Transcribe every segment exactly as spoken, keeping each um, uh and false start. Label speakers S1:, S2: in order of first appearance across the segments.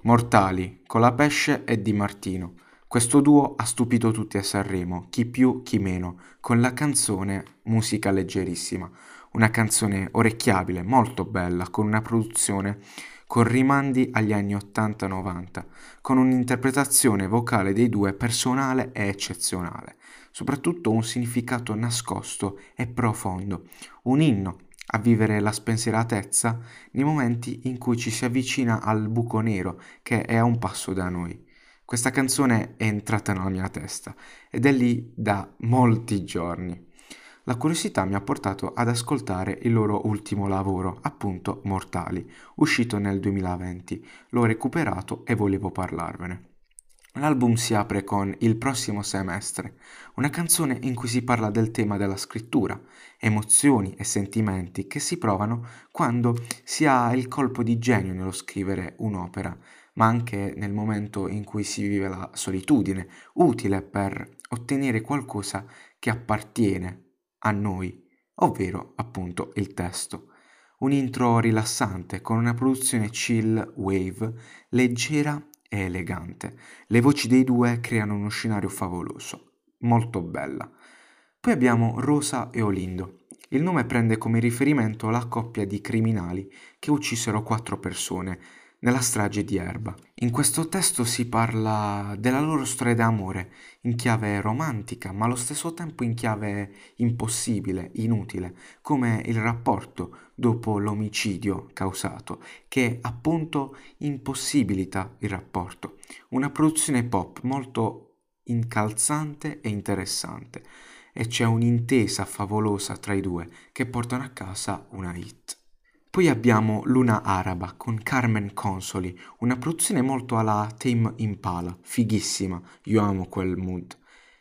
S1: Mortali, Colapesce e Di Martino. Questo duo ha stupito tutti a Sanremo, chi più chi meno, con la canzone Musica leggerissima. Una canzone orecchiabile, molto bella, con una produzione con rimandi agli anni ottanta novanta, con un'interpretazione vocale dei due personale e eccezionale, soprattutto un significato nascosto e profondo, un inno a vivere la spensieratezza nei momenti in cui ci si avvicina al buco nero che è a un passo da noi. Questa canzone è entrata nella mia testa ed è lì da molti giorni. La curiosità mi ha portato ad ascoltare il loro ultimo lavoro, appunto Mortali, uscito nel duemilaventi. L'ho recuperato e volevo parlarvene. L'album si apre con Il prossimo semestre, una canzone in cui si parla del tema della scrittura, emozioni e sentimenti che si provano quando si ha il colpo di genio nello scrivere un'opera, ma anche nel momento in cui si vive la solitudine, utile per ottenere qualcosa che appartiene a noi, ovvero appunto il testo. Un intro rilassante con una produzione chill wave, leggera e elegante. Le voci dei due creano uno scenario favoloso, molto bella. Poi abbiamo Rosa e Olindo. Il nome prende come riferimento la coppia di criminali che uccisero quattro persone nella strage di Erba. In questo testo si parla della loro storia d'amore, in chiave romantica, ma allo stesso tempo in chiave impossibile, inutile, come il rapporto dopo l'omicidio causato, che appunto impossibilita il rapporto. Una produzione pop molto incalzante e interessante, e c'è un'intesa favolosa tra i due che portano a casa una hit. Poi abbiamo Luna Araba con Carmen Consoli, una produzione molto alla Tame Impala, fighissima, io amo quel mood.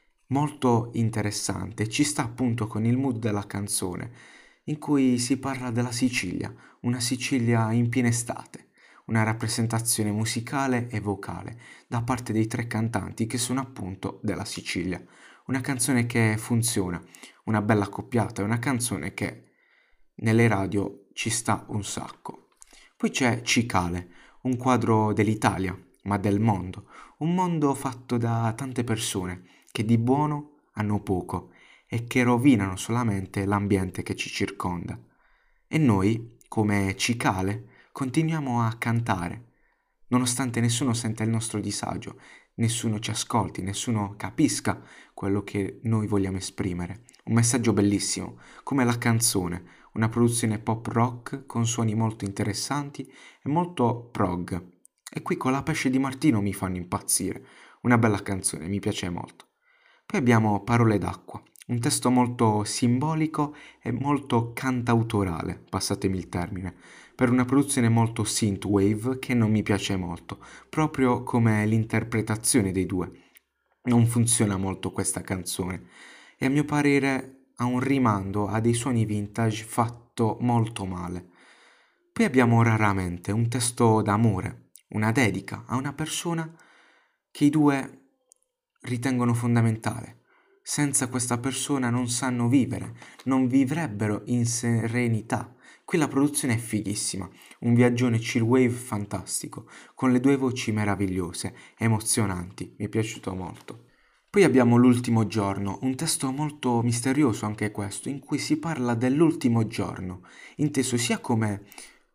S1: Molto interessante, ci sta appunto con il mood della canzone, in cui si parla della Sicilia, una Sicilia in piena estate, una rappresentazione musicale e vocale da parte dei tre cantanti che sono appunto della Sicilia. Una canzone che funziona, una bella accoppiata, è una canzone che nelle radio ci sta un sacco. Poi c'è Cicale, un quadro dell'Italia, ma del mondo, un mondo fatto da tante persone che di buono hanno poco e che rovinano solamente l'ambiente che ci circonda. E noi, come Cicale, continuiamo a cantare, nonostante nessuno senta il nostro disagio, nessuno ci ascolti, nessuno capisca quello che noi vogliamo esprimere. Un messaggio bellissimo, come la canzone, una produzione pop rock con suoni molto interessanti e molto prog. E qui con la pesce di Martino mi fanno impazzire, una bella canzone, mi piace molto. Poi abbiamo Parole d'acqua, un testo molto simbolico e molto cantautorale, passatemi il termine, per una produzione molto synthwave che non mi piace molto, proprio come l'interpretazione dei due. Non funziona molto questa canzone e a mio parere ha un rimando a dei suoni vintage fatto molto male. Poi abbiamo Raramente, un testo d'amore, una dedica a una persona che i due ritengono fondamentale. Senza questa persona non sanno vivere, non vivrebbero in serenità. Qui la produzione è fighissima, un viaggione chill wave fantastico, con le due voci meravigliose, emozionanti, mi è piaciuto molto. Poi abbiamo L'ultimo giorno, un testo molto misterioso anche questo, in cui si parla dell'ultimo giorno, inteso sia come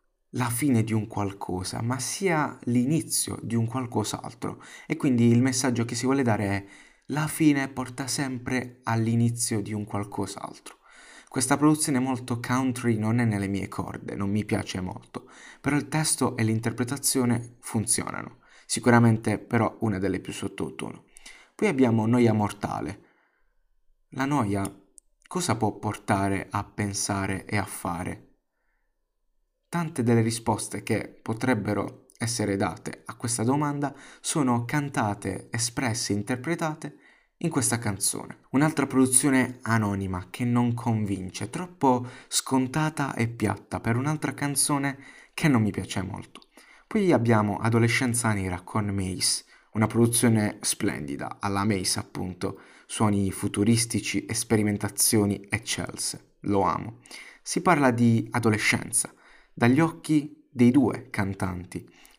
S1: la fine di un qualcosa, ma sia l'inizio di un qualcos'altro. E quindi il messaggio che si vuole dare è: la fine porta sempre all'inizio di un qualcos'altro. Questa produzione molto country non è nelle mie corde, non mi piace molto, però il testo e l'interpretazione funzionano. Sicuramente però una delle più sottotono. Poi abbiamo Noia mortale. La noia cosa può portare a pensare e a fare? Tante delle risposte che potrebbero essere date a questa domanda sono cantate, espresse, interpretate in questa canzone. Un'altra produzione anonima che non convince, troppo scontata e piatta per un'altra canzone che non mi piace molto. Poi abbiamo Adolescenza nera con Mace, una produzione splendida, alla Mace appunto, suoni futuristici e sperimentazioni eccelse, lo amo. Si parla di adolescenza, dagli occhi dei due cantanti,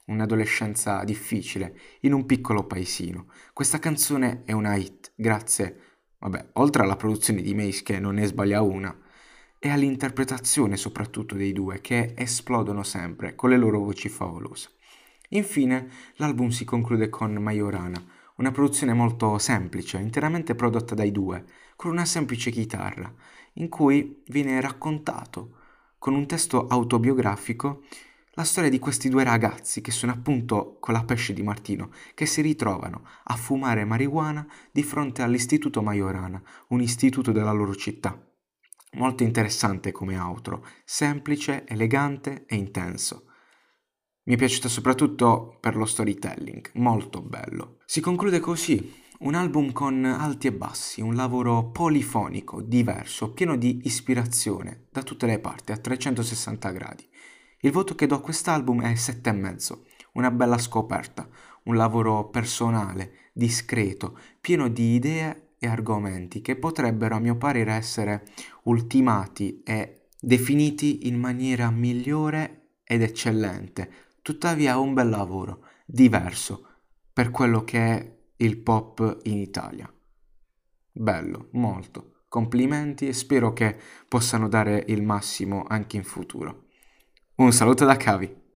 S1: un'adolescenza difficile in un piccolo paesino. Questa canzone è una hit, grazie, vabbè, oltre alla produzione di Mace che non ne sbaglia una, e all'interpretazione soprattutto dei due che esplodono sempre con le loro voci favolose. Infine, l'album si conclude con Majorana, una produzione molto semplice, interamente prodotta dai due, con una semplice chitarra, in cui viene raccontato, con un testo autobiografico, la storia di questi due ragazzi che sono appunto Colapesce di Martino, che si ritrovano a fumare marijuana di fronte all'Istituto Majorana, un istituto della loro città. Molto interessante come outro, semplice, elegante e intenso. Mi è piaciuto soprattutto per lo storytelling, molto bello. Si conclude così, un album con alti e bassi, un lavoro polifonico, diverso, pieno di ispirazione da tutte le parti, a trecentosessanta gradi. Il voto che do a quest'album è sette e mezzo, una bella scoperta, un lavoro personale, discreto, pieno di idee e argomenti che potrebbero a mio parere essere ultimati e definiti in maniera migliore ed eccellente. Tuttavia un bel lavoro, diverso, per quello che è il pop in Italia. Bello, molto. Complimenti e spero che possano dare il massimo anche in futuro. Un saluto da Cavi.